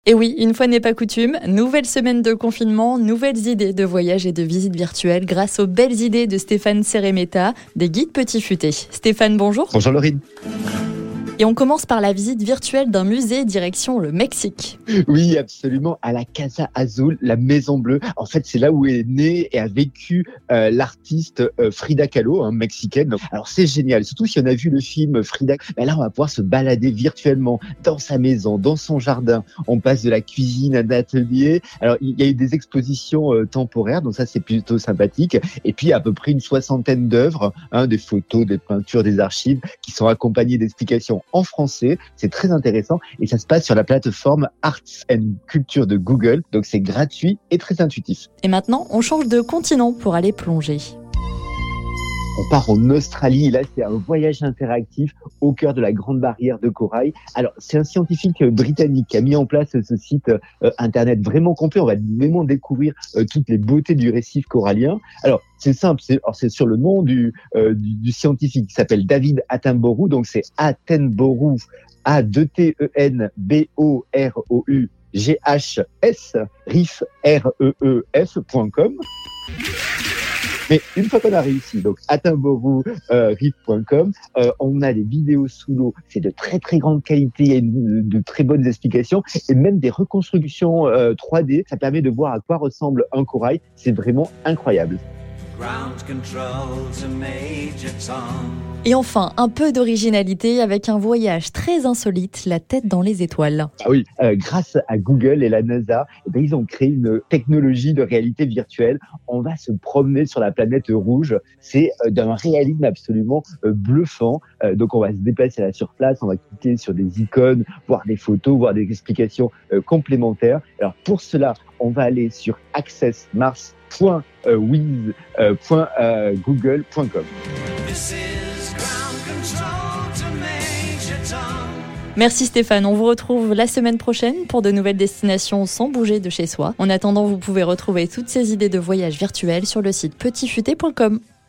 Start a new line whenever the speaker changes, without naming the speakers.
Et oui, une fois n'est pas coutume, nouvelle semaine de confinement, nouvelles idées de voyage et de visites virtuelles grâce aux belles idées de Stéphane Seremeta, des guides Petit Futé. Stéphane, bonjour.
Bonjour Laurine.
Et on commence par la visite virtuelle d'un musée direction le Mexique.
Oui, absolument, à la Casa Azul, la Maison Bleue. En fait, c'est là où est née et a vécu l'artiste Frida Kahlo, mexicaine. Alors c'est génial, surtout si on a vu le film Frida. Ben là, on va pouvoir se balader virtuellement dans sa maison, dans son jardin. On passe de la cuisine à l'atelier. Alors il y a eu des expositions temporaires, donc ça c'est plutôt sympathique. Et puis à peu près une 60aine d'œuvres, des photos, des peintures, des archives, qui sont accompagnées d'explications en français. C'est très intéressant et ça se passe sur la plateforme Arts and Culture de Google. Donc c'est gratuit et très intuitif.
Et maintenant, on change de continent pour aller plonger.
On part en Australie et là, c'est un voyage interactif au cœur de la Grande Barrière de Corail. Alors, c'est un scientifique britannique qui a mis en place ce site internet vraiment complet. On va vraiment découvrir toutes les beautés du récif corallien. Alors, c'est simple, c'est sur le nom du scientifique qui s'appelle David Attenborough. Donc, c'est Attenborough, A-2-T-E-N-B-O-R-O-U-G-H-S, RIF, R-E-E-F.com. Mais une fois qu'on a réussi, donc attenborough.com, on a des vidéos sous l'eau, c'est de très très grande qualité, il y a de très bonnes explications et même des reconstructions 3D, ça permet de voir à quoi ressemble un corail, c'est vraiment incroyable.
Et enfin, un peu d'originalité avec un voyage très insolite, la tête dans les étoiles.
Ah oui, grâce à Google et la NASA, ils ont créé une technologie de réalité virtuelle. On va se promener sur la planète rouge. C'est d'un réalisme absolument bluffant. Donc on va se déplacer là sur place, on va cliquer sur des icônes, voir des photos, voir des explications complémentaires. Alors pour cela, on va aller sur accessmars.wiz.google.com.
Merci Stéphane, on vous retrouve la semaine prochaine pour de nouvelles destinations sans bouger de chez soi. En attendant, vous pouvez retrouver toutes ces idées de voyage virtuels sur le site petitfuté.com.